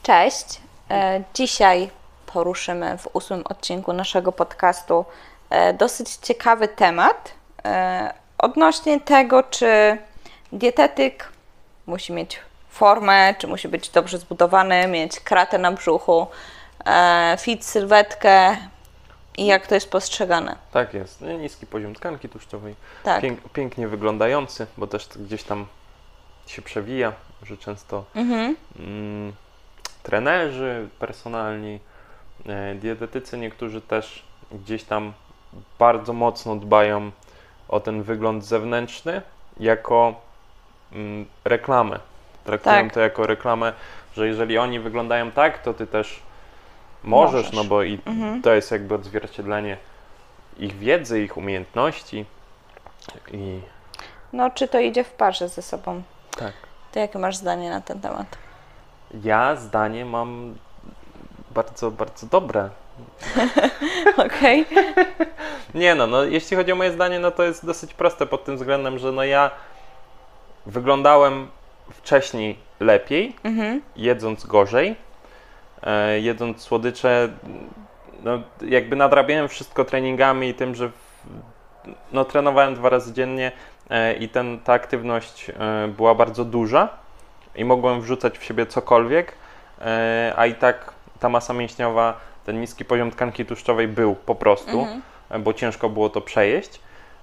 Cześć. Dzisiaj poruszymy w 8. odcinku naszego podcastu dosyć ciekawy temat odnośnie tego, czy dietetyk musi mieć formę, czy musi być dobrze zbudowany, mieć kratę na brzuchu, fit sylwetkę i jak to jest postrzegane. Tak jest. Niski poziom tkanki tłuszczowej, Tak. pięknie wyglądający, bo też gdzieś tam się przewija, że często trenerzy personalni, dietetycy niektórzy też gdzieś tam bardzo mocno dbają o ten wygląd zewnętrzny jako reklamę. Traktują to jako reklamę, że jeżeli oni wyglądają tak, to ty też możesz. No bo to jest jakby odzwierciedlenie ich wiedzy, ich umiejętności. No, czy to idzie w parze ze sobą? Tak. Ty jakie masz zdanie na ten temat? Ja zdanie mam bardzo, bardzo dobre. Okej. Nie no, jeśli chodzi o moje zdanie, no to jest dosyć proste pod tym względem, że no ja wyglądałem wcześniej lepiej, jedząc gorzej, jedząc słodycze, no jakby nadrabiałem wszystko treningami i tym, że no trenowałem 2 razy dziennie i ta aktywność była bardzo duża i mogłem wrzucać w siebie cokolwiek, a i tak ta masa mięśniowa, ten niski poziom tkanki tłuszczowej był po prostu, bo ciężko było to przejeść.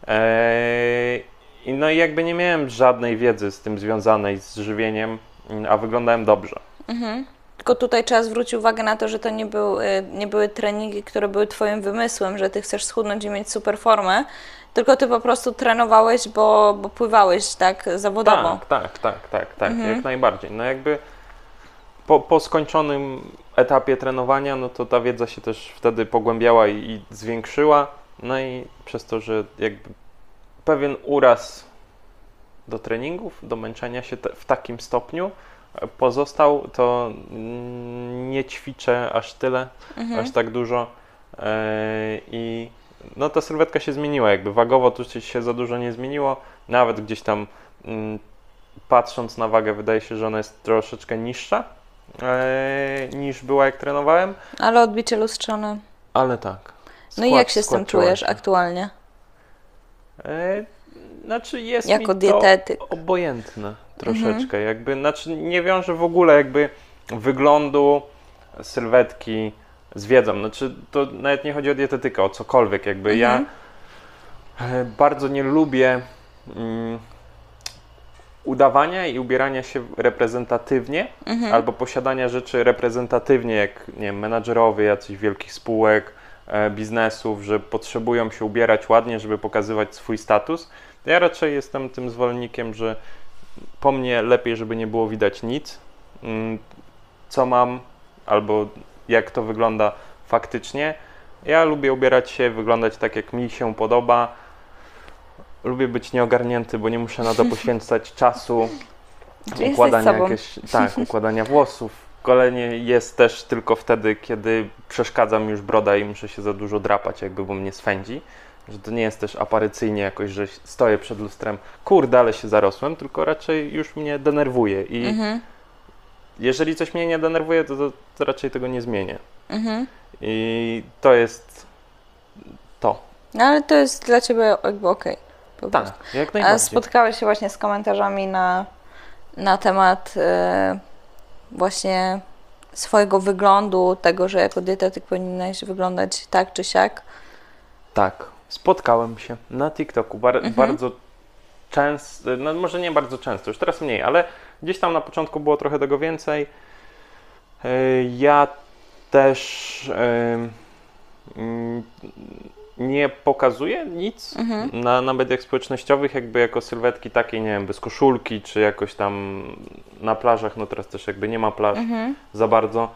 No i jakby nie miałem żadnej wiedzy z tym związanej z żywieniem, a wyglądałem dobrze. Tylko tutaj trzeba zwrócić uwagę na to, że to nie były treningi, które były twoim wymysłem, że ty chcesz schudnąć i mieć super formę, tylko ty po prostu trenowałeś, bo pływałeś tak zawodowo. Tak, jak najbardziej. No jakby po skończonym etapie trenowania, no to ta wiedza się też wtedy pogłębiała i zwiększyła, no i przez to, że jakby pewien uraz do treningów, do męczenia się w takim stopniu pozostał, to nie ćwiczę aż tyle, aż tak dużo i no ta sylwetka się zmieniła, jakby wagowo tu się za dużo nie zmieniło, nawet gdzieś tam patrząc na wagę wydaje się, że ona jest troszeczkę niższa niż była jak trenowałem. Ale odbicie lustrzane. Ale tak. No i jak się z tym czujesz aktualnie? Znaczy jest jako mi dietetyk. To obojętne troszeczkę, jakby, znaczy nie wiąże w ogóle jakby wyglądu sylwetki z wiedzą, znaczy to nawet nie chodzi o dietetykę, o cokolwiek, jakby ja bardzo nie lubię udawania i ubierania się reprezentatywnie albo posiadania rzeczy reprezentatywnie, jak nie wiem, menadżerowie jacychś wielkich spółek, biznesów, że potrzebują się ubierać ładnie, żeby pokazywać swój status. Ja raczej jestem tym zwolennikiem, że po mnie lepiej, żeby nie było widać nic, co mam, albo jak to wygląda faktycznie. Ja lubię ubierać się, wyglądać tak, jak mi się podoba. Lubię być nieogarnięty, bo nie muszę na to poświęcać czasu. Układania włosów. Golenie jest też tylko wtedy, kiedy przeszkadza mi już broda i muszę się za dużo drapać, jakby, bo mnie swędzi. Że to nie jest też aparycyjnie jakoś, że stoję przed lustrem, kurde, ale się zarosłem, tylko raczej już mnie denerwuje i jeżeli coś mnie nie denerwuje, to raczej tego nie zmienię. I to jest to. No ale to jest dla ciebie jakby okej. Tak, jak najbardziej. A spotkałeś się właśnie z komentarzami na temat właśnie swojego wyglądu, tego, że jako dietetyk powinieneś wyglądać tak czy siak? Tak, spotkałem się na TikToku bardzo często, no może nie bardzo często, już teraz mniej, ale gdzieś tam na początku było trochę tego więcej. Ja też nie pokazuję nic na mediach społecznościowych, jakby jako sylwetki takiej, nie wiem, bez koszulki, czy jakoś tam na plażach, no teraz też jakby nie ma plaż za bardzo,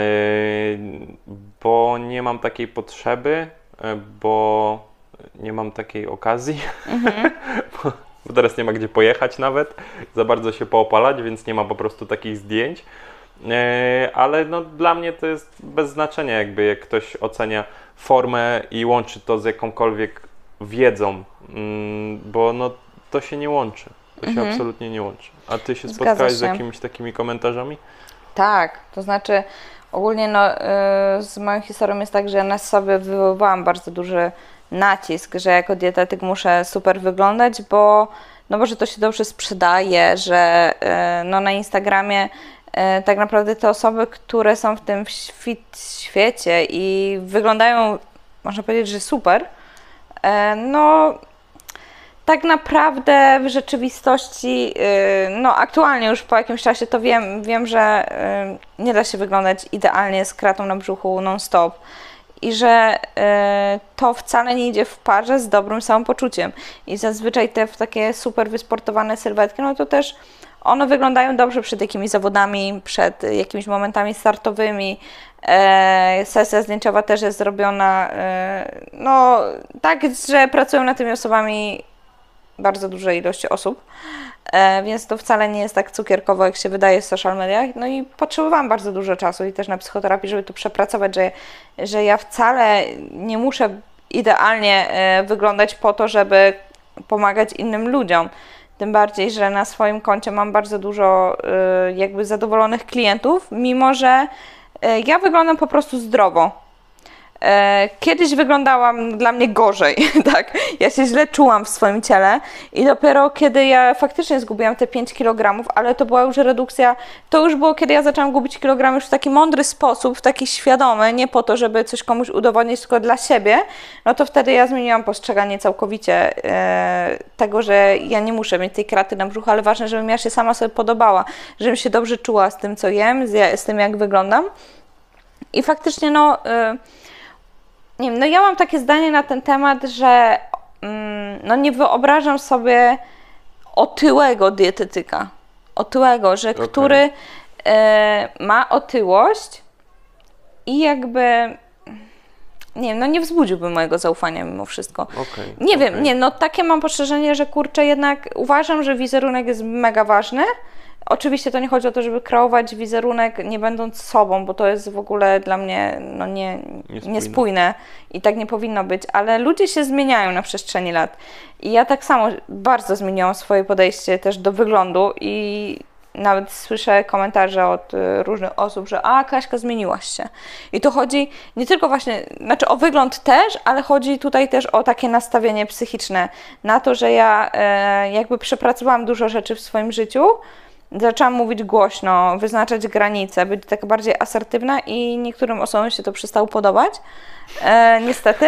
bo nie mam takiej potrzeby, bo nie mam takiej okazji, bo teraz nie ma gdzie pojechać nawet, za bardzo się poopalać, więc nie ma po prostu takich zdjęć. Ale no, dla mnie to jest bez znaczenia, jakby jak ktoś ocenia formę i łączy to z jakąkolwiek wiedzą, bo no, to się nie łączy. To się absolutnie nie łączy. A ty się spotkałaś z jakimiś takimi komentarzami? Tak, to znaczy ogólnie z moją historią jest tak, że ja na sobie wywoływałam bardzo duży nacisk, że jako dietetyk muszę super wyglądać, bo że to się dobrze sprzedaje, że na Instagramie tak naprawdę te osoby, które są w tym świecie i wyglądają, można powiedzieć, że super, tak naprawdę w rzeczywistości, aktualnie już po jakimś czasie to wiem, że nie da się wyglądać idealnie z kratą na brzuchu non-stop i że to wcale nie idzie w parze z dobrym samopoczuciem. I zazwyczaj te takie super wysportowane sylwetki, to też one wyglądają dobrze przed jakimiś zawodami, przed jakimiś momentami startowymi. Sesja zdjęciowa też jest zrobiona, tak, że pracują nad tymi osobami bardzo dużej ilości osób, więc to wcale nie jest tak cukierkowo, jak się wydaje w social mediach. No i potrzebowałam bardzo dużo czasu i też na psychoterapii, żeby to przepracować, że ja wcale nie muszę idealnie wyglądać po to, żeby pomagać innym ludziom. Tym bardziej, że na swoim koncie mam bardzo dużo jakby zadowolonych klientów, mimo że ja wyglądam po prostu zdrowo. Kiedyś wyglądałam dla mnie gorzej, tak? Ja się źle czułam w swoim ciele i dopiero kiedy ja faktycznie zgubiłam te 5 kg, ale to była już redukcja, to już było kiedy ja zaczęłam gubić kilogramy już w taki mądry sposób, w taki świadomy, nie po to, żeby coś komuś udowodnić, tylko dla siebie, to wtedy ja zmieniłam postrzeganie całkowicie tego, że ja nie muszę mieć tej kraty na brzuchu, ale ważne, żebym ja się sama sobie podobała, żebym się dobrze czuła z tym, co jem, z tym, jak wyglądam. I faktycznie nie wiem, ja mam takie zdanie na ten temat, że nie wyobrażam sobie otyłego dietetyka. Otyłego, że Okay. który ma otyłość i jakby, nie wiem, nie wzbudziłby mojego zaufania mimo wszystko. Nie wiem, takie mam postrzeżenie, że kurczę, jednak uważam, że wizerunek jest mega ważny. Oczywiście to nie chodzi o to, żeby kreować wizerunek nie będąc sobą, bo to jest w ogóle dla mnie niespójne i tak nie powinno być, ale ludzie się zmieniają na przestrzeni lat i ja tak samo bardzo zmieniłam swoje podejście też do wyglądu i nawet słyszę komentarze od różnych osób, że Kaśka, zmieniłaś się. I to chodzi nie tylko właśnie, o wygląd też, ale chodzi tutaj też o takie nastawienie psychiczne, na to, że ja jakby przepracowałam dużo rzeczy w swoim życiu. Zaczęłam mówić głośno, wyznaczać granice, być taka bardziej asertywna i niektórym osobom się to przestało podobać, niestety.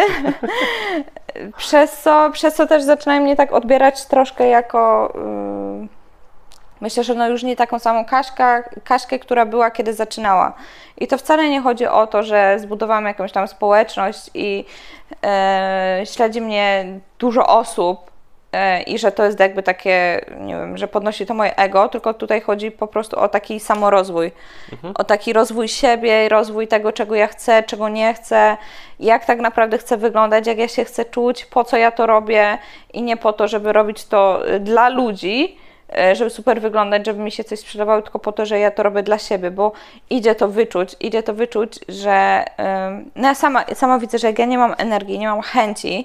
Przez co też zaczynają mnie tak odbierać troszkę jako, myślę, że już nie taką samą Kaśkę, która była, kiedy zaczynała. I to wcale nie chodzi o to, że zbudowałam jakąś tam społeczność i śledzi mnie dużo osób, i że to jest jakby takie, nie wiem, że podnosi to moje ego, tylko tutaj chodzi po prostu o taki samorozwój, o taki rozwój siebie, rozwój tego, czego ja chcę, czego nie chcę, jak tak naprawdę chcę wyglądać, jak ja się chcę czuć, po co ja to robię i nie po to, żeby robić to dla ludzi, żeby super wyglądać, żeby mi się coś sprzedawało, tylko po to, że ja to robię dla siebie, bo idzie to wyczuć, że ja sama widzę, że jak ja nie mam energii, nie mam chęci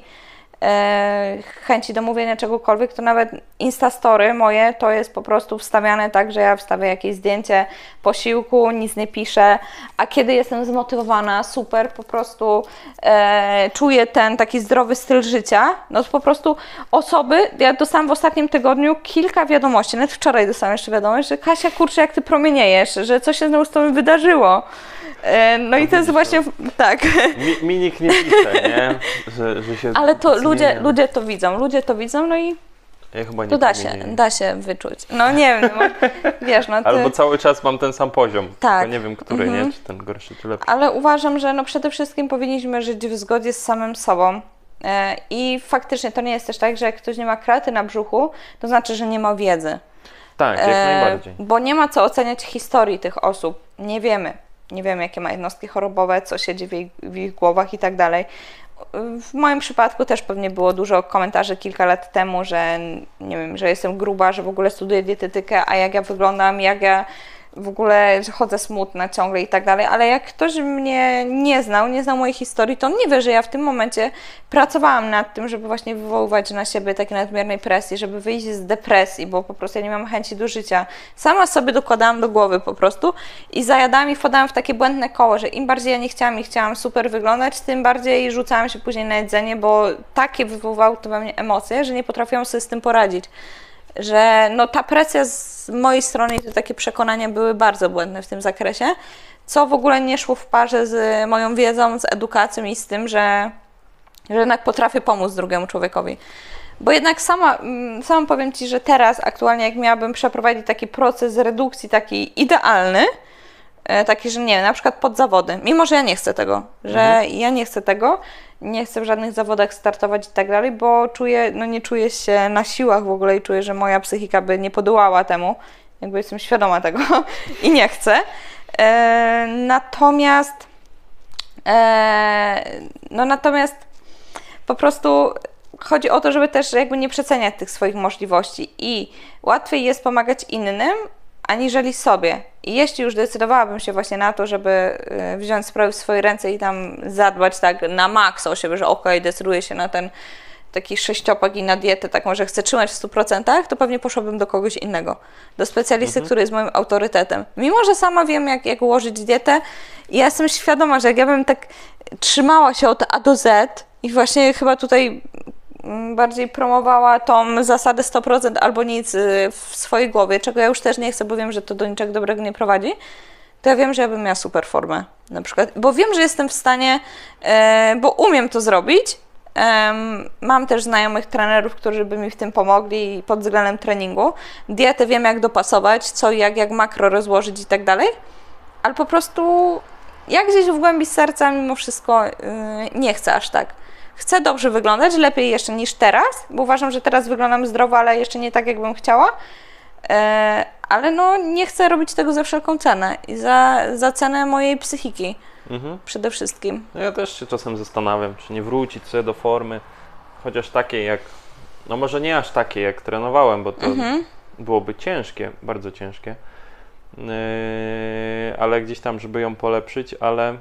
do mówienia czegokolwiek, to nawet Instastory moje to jest po prostu wstawiane tak, że ja wstawię jakieś zdjęcie posiłku, nic nie piszę, a kiedy jestem zmotywowana, super, po prostu czuję ten taki zdrowy styl życia, to po prostu ja dostałam w ostatnim tygodniu kilka wiadomości, nawet wczoraj dostałam jeszcze wiadomość, że Kasia, kurczę, jak ty promieniejesz, że coś się znowu z tobą wydarzyło. I to jest właśnie tak. Mi nikt nie pisze, nie? Że się ale to ludzie to widzą, i ja chyba nie to da się wyczuć. Nie wiem, wiesz, Albo cały czas mam ten sam poziom, tak. To nie wiem, który, nie? Czy ten gorszy, czy lepszy. Ale uważam, że przede wszystkim powinniśmy żyć w zgodzie z samym sobą. I faktycznie to nie jest też tak, że jak ktoś nie ma kraty na brzuchu, to znaczy, że nie ma wiedzy. Tak, jak najbardziej. Bo nie ma co oceniać historii tych osób. Nie wiemy, jakie ma jednostki chorobowe, co się dzieje w ich głowach i tak dalej. W moim przypadku też pewnie było dużo komentarzy kilka lat temu, że nie wiem, że jestem gruba, że w ogóle studiuję dietetykę, a jak ja wyglądam, jak ja w ogóle, że chodzę smutna ciągle i tak dalej, ale jak ktoś mnie nie znał mojej historii, to on nie wie, że ja w tym momencie pracowałam nad tym, żeby właśnie wywoływać na siebie takiej nadmiernej presji, żeby wyjść z depresji, bo po prostu ja nie mam chęci do życia. Sama sobie dokładałam do głowy po prostu i zajadałam i wpadałam w takie błędne koło, że im bardziej ja nie chciałam i chciałam super wyglądać, tym bardziej rzucałam się później na jedzenie, bo takie wywoływało to we mnie emocje, że nie potrafiłam sobie z tym poradzić. Że no ta presja z mojej strony i te takie przekonania były bardzo błędne w tym zakresie, co w ogóle nie szło w parze z moją wiedzą, z edukacją i z tym, że jednak potrafię pomóc drugiemu człowiekowi. Bo jednak sama powiem Ci, że teraz aktualnie jak miałabym przeprowadzić taki proces redukcji taki idealny, taki, że nie wiem, na przykład pod zawody, mimo że ja nie chcę tego, ja nie chcę tego, nie chcę w żadnych zawodach startować i tak dalej, bo czuję, no nie czuję się na siłach w ogóle i czuję, że moja psychika by nie podołała temu, jakby jestem świadoma tego i nie chcę. Natomiast po prostu chodzi o to, żeby też jakby nie przeceniać tych swoich możliwości i łatwiej jest pomagać innym, aniżeli sobie. I jeśli już decydowałabym się właśnie na to, żeby wziąć sprawy w swoje ręce i tam zadbać tak na maksa o siebie, że okej, decyduję się na ten taki sześciopak i na dietę taką, że chcę trzymać w 100%, to pewnie poszłabym do kogoś innego. Do specjalisty, który jest moim autorytetem. Mimo że sama wiem, jak ułożyć dietę i ja jestem świadoma, że jak ja bym tak trzymała się od A do Z i właśnie chyba tutaj bardziej promowała tą zasadę 100% albo nic w swojej głowie, czego ja już też nie chcę, bo wiem, że to do niczego dobrego nie prowadzi, to ja wiem, że ja bym miała super formę na przykład, bo wiem, że jestem w stanie, bo umiem to zrobić. Mam też znajomych trenerów, którzy by mi w tym pomogli pod względem treningu. Dietę wiem, jak dopasować, co i jak makro rozłożyć i tak dalej, ale po prostu jak gdzieś w głębi serca mimo wszystko nie chcę aż tak. Chcę dobrze wyglądać, lepiej jeszcze niż teraz, bo uważam, że teraz wyglądam zdrowo, ale jeszcze nie tak, jakbym chciała. Ale no nie chcę robić tego za wszelką cenę i za cenę mojej psychiki przede wszystkim. No ja też się czasem zastanawiam, czy nie wrócić sobie do formy, chociaż takiej jak, no może nie aż takiej jak trenowałem, bo to byłoby ciężkie, bardzo ciężkie, ale gdzieś tam, żeby ją polepszyć, ale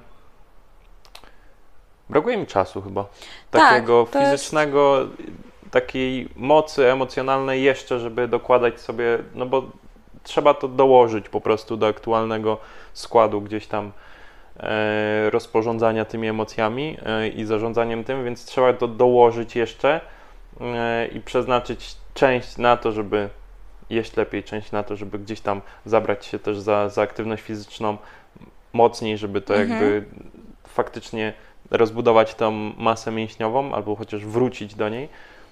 brakuje mi czasu chyba, takiego fizycznego, takiej mocy emocjonalnej jeszcze, żeby dokładać sobie, no bo trzeba to dołożyć po prostu do aktualnego składu gdzieś tam rozporządzania tymi emocjami i zarządzaniem tym, więc trzeba to dołożyć jeszcze i przeznaczyć część na to, żeby jeść lepiej, część na to, żeby gdzieś tam zabrać się też za aktywność fizyczną mocniej, żeby to jakby faktycznie rozbudować tą masę mięśniową albo chociaż wrócić do niej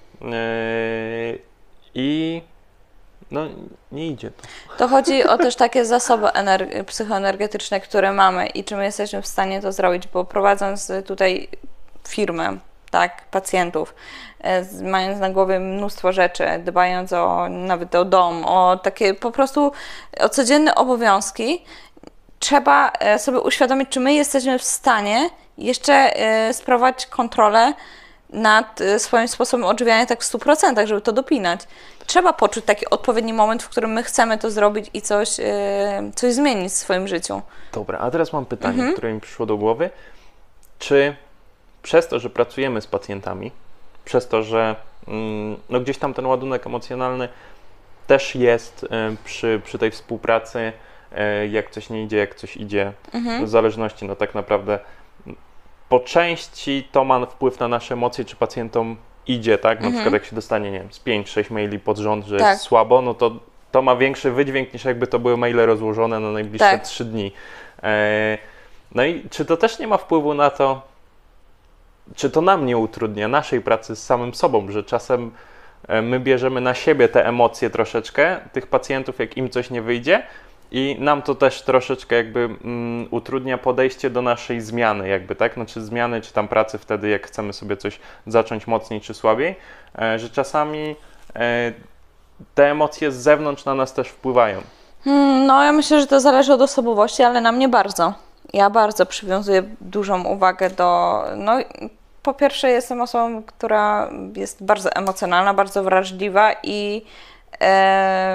i no nie idzie to. To chodzi o też takie zasoby psychoenergetyczne, które mamy i czy my jesteśmy w stanie to zrobić, bo prowadząc tutaj firmę, tak, pacjentów, mając na głowie mnóstwo rzeczy, dbając nawet o dom, o takie po prostu o codzienne obowiązki, trzeba sobie uświadomić, czy my jesteśmy w stanie jeszcze sprawować kontrolę nad swoim sposobem odżywiania tak w 100%, żeby to dopinać. Trzeba poczuć taki odpowiedni moment, w którym my chcemy to zrobić i coś zmienić w swoim życiu. Dobra, a teraz mam pytanie, które mi przyszło do głowy. Czy przez to, że pracujemy z pacjentami, przez to, że no gdzieś tam ten ładunek emocjonalny też jest przy tej współpracy, jak coś nie idzie, jak coś idzie, w zależności, no tak naprawdę po części to ma wpływ na nasze emocje, czy pacjentom idzie, tak? Na przykład jak się dostanie, nie wiem, z 5-6 maili pod rząd, że jest słabo, no to ma większy wydźwięk niż jakby to były maile rozłożone na najbliższe 3 dni. No i czy to też nie ma wpływu na to, czy to nam nie utrudnia naszej pracy z samym sobą, że czasem my bierzemy na siebie te emocje troszeczkę tych pacjentów, jak im coś nie wyjdzie, i nam to też troszeczkę jakby utrudnia podejście do naszej zmiany jakby, tak? Znaczy zmiany czy tam pracy wtedy, jak chcemy sobie coś zacząć mocniej czy słabiej, że czasami te emocje z zewnątrz na nas też wpływają. No ja myślę, że to zależy od osobowości, ale na mnie bardzo. Ja bardzo przywiązuję dużą uwagę no po pierwsze jestem osobą, która jest bardzo emocjonalna, bardzo wrażliwa i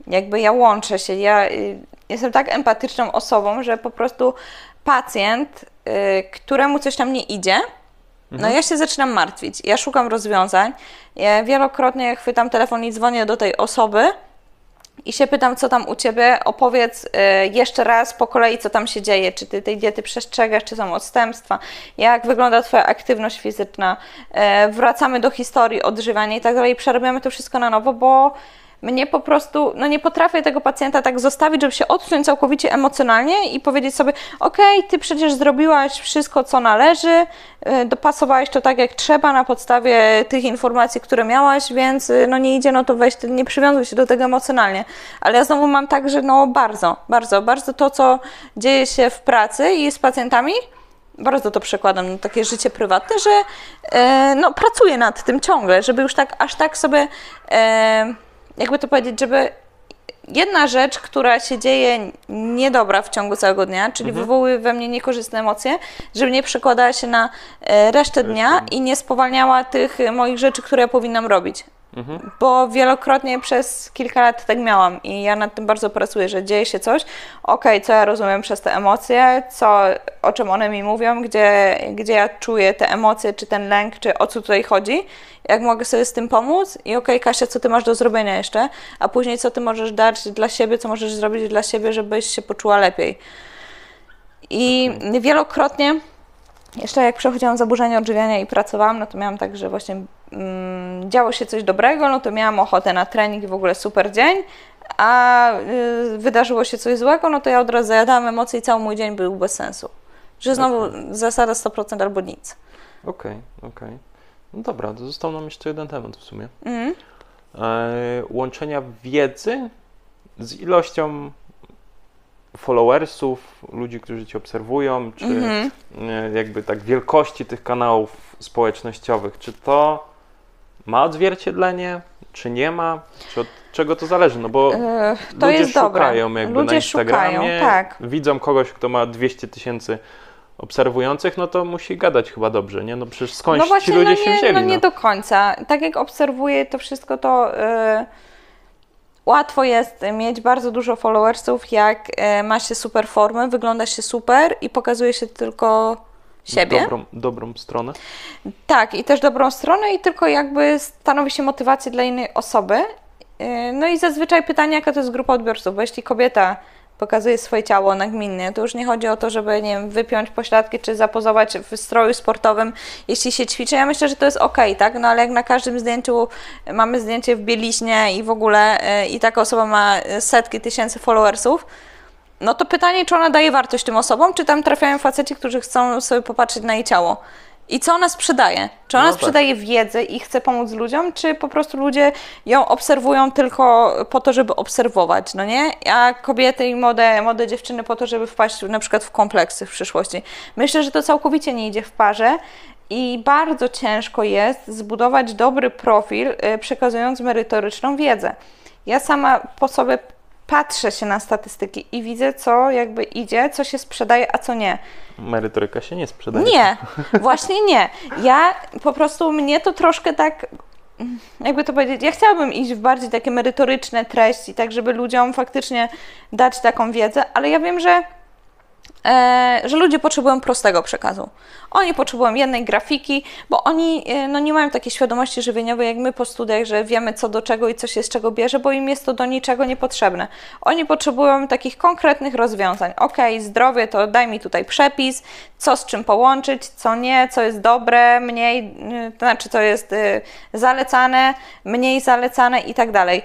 jakby ja łączę się, ja jestem tak empatyczną osobą, że po prostu pacjent, któremu coś tam nie idzie, no ja się zaczynam martwić, ja szukam rozwiązań, ja wielokrotnie chwytam telefon i dzwonię do tej osoby i się pytam, co tam u Ciebie, opowiedz jeszcze raz po kolei, co tam się dzieje, czy Ty tej diety przestrzegasz, czy są odstępstwa, jak wygląda Twoja aktywność fizyczna, wracamy do historii, odżywiania i tak dalej, przerabiamy to wszystko na nowo, bo mnie po prostu, no nie potrafię tego pacjenta tak zostawić, żeby się odciąć całkowicie emocjonalnie i powiedzieć sobie, okej, ty przecież zrobiłaś wszystko, co należy, dopasowałaś to tak, jak trzeba na podstawie tych informacji, które miałaś, więc no nie idzie, no to weź, nie przywiązuj się do tego emocjonalnie. Ale ja znowu mam tak, że no bardzo to, co dzieje się w pracy i z pacjentami, bardzo to przekładam na takie życie prywatne, że no pracuję nad tym ciągle, żeby już tak, aż tak sobie... jakby to powiedzieć, żeby jedna rzecz, która się dzieje niedobra w ciągu całego dnia, czyli wywołuje we mnie niekorzystne emocje, żeby nie przekładała się na resztę dnia i nie spowalniała tych moich rzeczy, które ja powinnam robić. Bo wielokrotnie przez kilka lat tak miałam i ja nad tym bardzo pracuję, że dzieje się coś, co ja rozumiem przez te emocje, o czym one mi mówią, gdzie ja czuję te emocje, czy ten lęk, czy o co tutaj chodzi, jak mogę sobie z tym pomóc i Kasia, co Ty masz do zrobienia jeszcze, a później co Ty możesz dać dla siebie, co możesz zrobić dla siebie, żebyś się poczuła lepiej. I wielokrotnie, jeszcze jak przechodziłam zaburzenia odżywiania i pracowałam, no to miałam tak, że właśnie działo się coś dobrego, no to miałam ochotę na trening i w ogóle super dzień, a wydarzyło się coś złego, no to ja od razu zajadałam emocje i cały mój dzień był bez sensu. Że znowu zasada 100% albo nic. Okej. No dobra, to został nam jeszcze jeden temat w sumie. Łączenia wiedzy z ilością followersów, ludzi, którzy Cię obserwują, czy jakby tak wielkości tych kanałów społecznościowych. Czy to ma odzwierciedlenie, czy nie ma? Czy od czego to zależy? No bo to ludzie jest szukają jakby ludzie na Instagramie, szukają, tak. Widzą kogoś, kto ma 200 000 obserwujących, no to musi gadać chyba dobrze, nie? No przecież skądś no właśnie, ci ludzie się wzięli? No nie do końca. Tak jak obserwuję to wszystko, to łatwo jest mieć bardzo dużo followersów, jak ma się super formę, wygląda się super i pokazuje się tylko siebie. Dobrą stronę. Tak, i też dobrą stronę i tylko jakby stanowi się motywację dla innej osoby. No i zazwyczaj pytanie, jaka to jest grupa odbiorców, bo jeśli kobieta pokazuje swoje ciało nagminnie, to już nie chodzi o to, żeby, nie wiem, wypiąć pośladki czy zapozować w stroju sportowym, jeśli się ćwiczy. Ja myślę, że to jest okej, tak? No ale jak na każdym zdjęciu mamy zdjęcie w bieliźnie i w ogóle i taka osoba ma setki tysięcy followersów, no to pytanie, czy ona daje wartość tym osobom, czy tam trafiają faceci, którzy chcą sobie popatrzeć na jej ciało. I co ona sprzedaje? Czy ona sprzedaje wiedzę i chce pomóc ludziom, czy po prostu ludzie ją obserwują tylko po to, żeby obserwować, no nie? A kobiety i młode dziewczyny po to, żeby wpaść na przykład w kompleksy w przyszłości. Myślę, że to całkowicie nie idzie w parze i bardzo ciężko jest zbudować dobry profil, przekazując merytoryczną wiedzę. Ja sama po sobie patrzę się na statystyki i widzę, co jakby idzie, co się sprzedaje, a co nie. Merytoryka się nie sprzedaje. Nie, właśnie nie. Ja po prostu, mnie to troszkę tak, jakby to powiedzieć, ja chciałabym iść w bardziej takie merytoryczne treści, tak żeby ludziom faktycznie dać taką wiedzę, ale ja wiem, że ludzie potrzebują prostego przekazu. Oni potrzebują jednej grafiki, bo oni no, nie mają takiej świadomości żywieniowej jak my po studiach, że wiemy co do czego i co się z czego bierze, bo im jest to do niczego niepotrzebne. Oni potrzebują takich konkretnych rozwiązań. Zdrowie, to daj mi tutaj przepis, co z czym połączyć, co nie, co jest dobre, mniej, to znaczy co jest zalecane, mniej zalecane i tak dalej.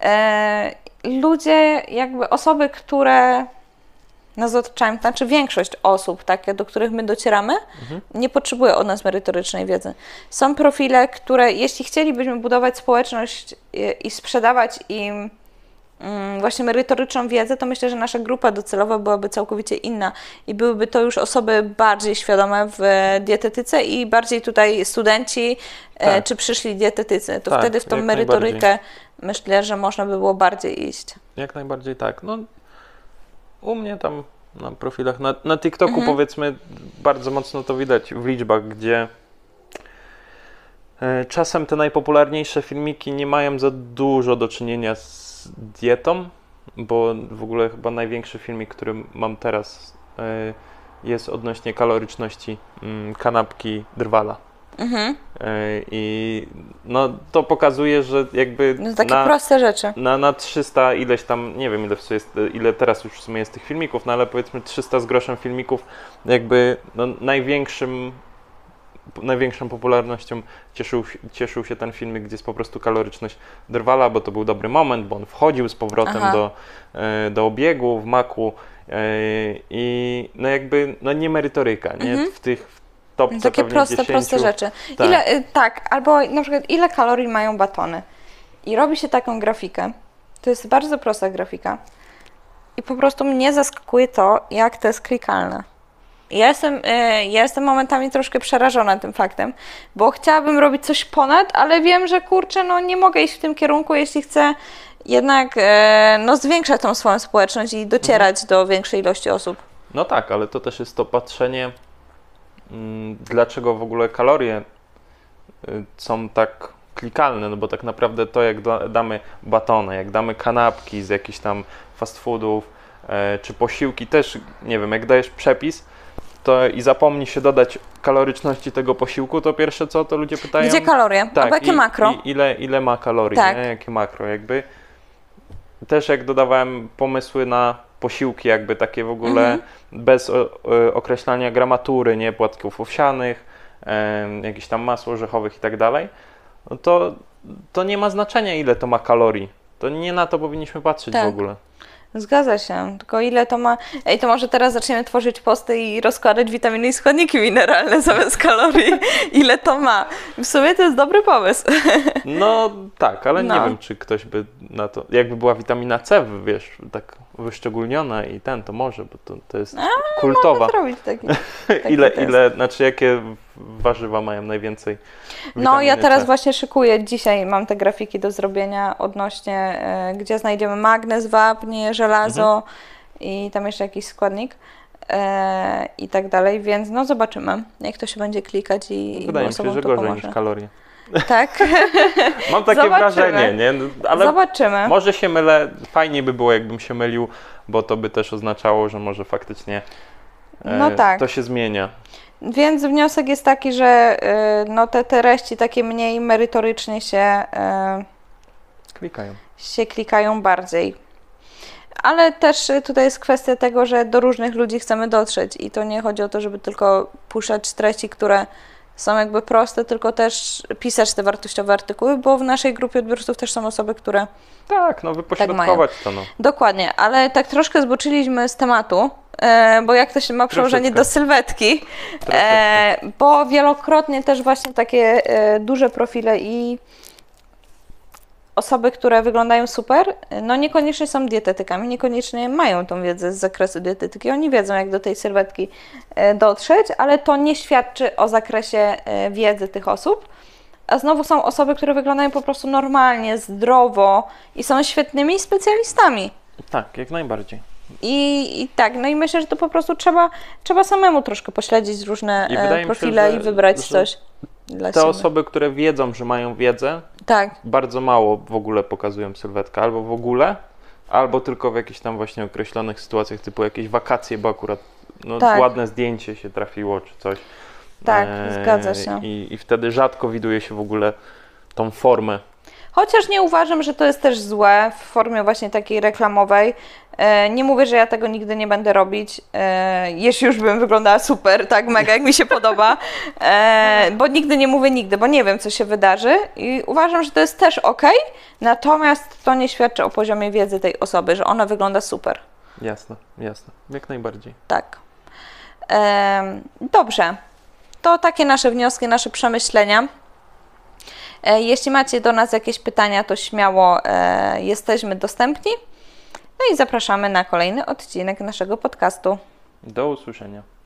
Ludzie, jakby osoby, które nas otaczają, znaczy większość osób, takie, do których my docieramy, nie potrzebuje od nas merytorycznej wiedzy. Są profile, które jeśli chcielibyśmy budować społeczność i sprzedawać im właśnie merytoryczną wiedzę, to myślę, że nasza grupa docelowa byłaby całkowicie inna i byłyby to już osoby bardziej świadome w dietetyce i bardziej tutaj studenci czy przyszli dietetycy. To wtedy w tą merytorykę myślę, że można by było bardziej iść. Jak najbardziej tak. No, u mnie tam na profilach, na TikToku powiedzmy bardzo mocno to widać w liczbach, gdzie czasem te najpopularniejsze filmiki nie mają za dużo do czynienia z z dietą, bo w ogóle chyba największy filmik, który mam teraz, jest odnośnie kaloryczności kanapki drwala. I no to pokazuje, że jakby No takie proste rzeczy. Na 300 ileś tam, nie wiem ile teraz już w sumie jest tych filmików, no ale powiedzmy 300 z groszem filmików, jakby no największą popularnością cieszył się ten filmik, gdzie jest po prostu kaloryczność drwala, bo to był dobry moment, bo on wchodził z powrotem do obiegu w maku i no jakby no nie merytoryka, nie? W tych topce takie proste 10. rzeczy. Tak. Albo na przykład ile kalorii mają batony. I robi się taką grafikę. To jest bardzo prosta grafika. I po prostu mnie zaskakuje to, jak to jest klikalne. Ja jestem momentami troszkę przerażona tym faktem, bo chciałabym robić coś ponad, ale wiem, że kurczę, no nie mogę iść w tym kierunku, jeśli chcę jednak no, zwiększać tą swoją społeczność i docierać do większej ilości osób. No tak, ale to też jest to patrzenie, dlaczego w ogóle kalorie są tak klikalne, no bo tak naprawdę to, jak damy batony, jak damy kanapki z jakichś tam fast foodów, czy posiłki też, nie wiem, jak dajesz przepis, to i zapomni się dodać kaloryczności tego posiłku, to pierwsze co, to ludzie pytają... Gdzie kalorie? Tak, albo jakie makro? Ile ma kalorii, tak. Nie? Jakie makro, jakby. Też jak dodawałem pomysły na posiłki, jakby takie w ogóle bez określania gramatury, nie, płatków owsianych, jakieś tam masło orzechowych i tak dalej, no to nie ma znaczenia, ile to ma kalorii. To nie na to powinniśmy patrzeć w ogóle. Zgadza się, tylko ile to ma... Ej, to może teraz zaczniemy tworzyć posty i rozkładać witaminy i składniki mineralne zamiast kalorii. Ile to ma? W sumie to jest dobry pomysł. No tak, ale nie wiem, czy ktoś by na to... Jakby była witamina C, wiesz, tak wyszczególniona i to może, bo to jest kultowa. Zrobić taki znaczy jakie warzywa mają najwięcej No ja teraz C? właśnie szykuję, dzisiaj mam te grafiki do zrobienia odnośnie, gdzie znajdziemy magnez, wapń, żelazo i tam jeszcze jakiś składnik i tak dalej, więc no zobaczymy, jak to się będzie klikać i wydaje mi się, że gorzej niż kalorie. Tak? Mam takie wrażenie, nie? Ale zobaczymy. Może się mylę, fajnie by było, jakbym się mylił, bo to by też oznaczało, że może faktycznie to się zmienia. Więc wniosek jest taki, że no te treści takie mniej merytorycznie się klikają bardziej. Ale też tutaj jest kwestia tego, że do różnych ludzi chcemy dotrzeć i to nie chodzi o to, żeby tylko puszczać treści, które są jakby proste, tylko też pisać te wartościowe artykuły, bo w naszej grupie odbiorców też są osoby, które wypośrodkować to. No. Dokładnie, ale tak troszkę zboczyliśmy z tematu, bo jak to się ma przełożenie do sylwetki, bo wielokrotnie też właśnie takie duże profile i osoby, które wyglądają super, no niekoniecznie są dietetykami, niekoniecznie mają tą wiedzę z zakresu dietetyki. Oni wiedzą, jak do tej sylwetki dotrzeć, ale to nie świadczy o zakresie wiedzy tych osób. A znowu są osoby, które wyglądają po prostu normalnie, zdrowo i są świetnymi specjalistami. Tak, jak najbardziej. I tak, no i myślę, że to po prostu trzeba samemu troszkę pośledzić różne profile i wybrać coś dla siebie. Te osoby, które wiedzą, że mają wiedzę, bardzo mało w ogóle pokazują sylwetkę, albo w ogóle, albo tylko w jakichś tam właśnie określonych sytuacjach, typu jakieś wakacje, bo akurat ładne zdjęcie się trafiło, czy coś. Tak, zgadza się. I wtedy rzadko widuje się w ogóle tą formę. Chociaż nie uważam, że to jest też złe w formie właśnie takiej reklamowej. Nie mówię, że ja tego nigdy nie będę robić, jeśli już bym wyglądała super, tak mega, jak mi się podoba, bo nigdy nie mówię nigdy, bo nie wiem, co się wydarzy i uważam, że to jest też okej, natomiast to nie świadczy o poziomie wiedzy tej osoby, że ona wygląda super. Jasne, jak najbardziej. Tak. Dobrze, to takie nasze wnioski, nasze przemyślenia. Jeśli macie do nas jakieś pytania, to śmiało jesteśmy dostępni. No i zapraszamy na kolejny odcinek naszego podcastu. Do usłyszenia.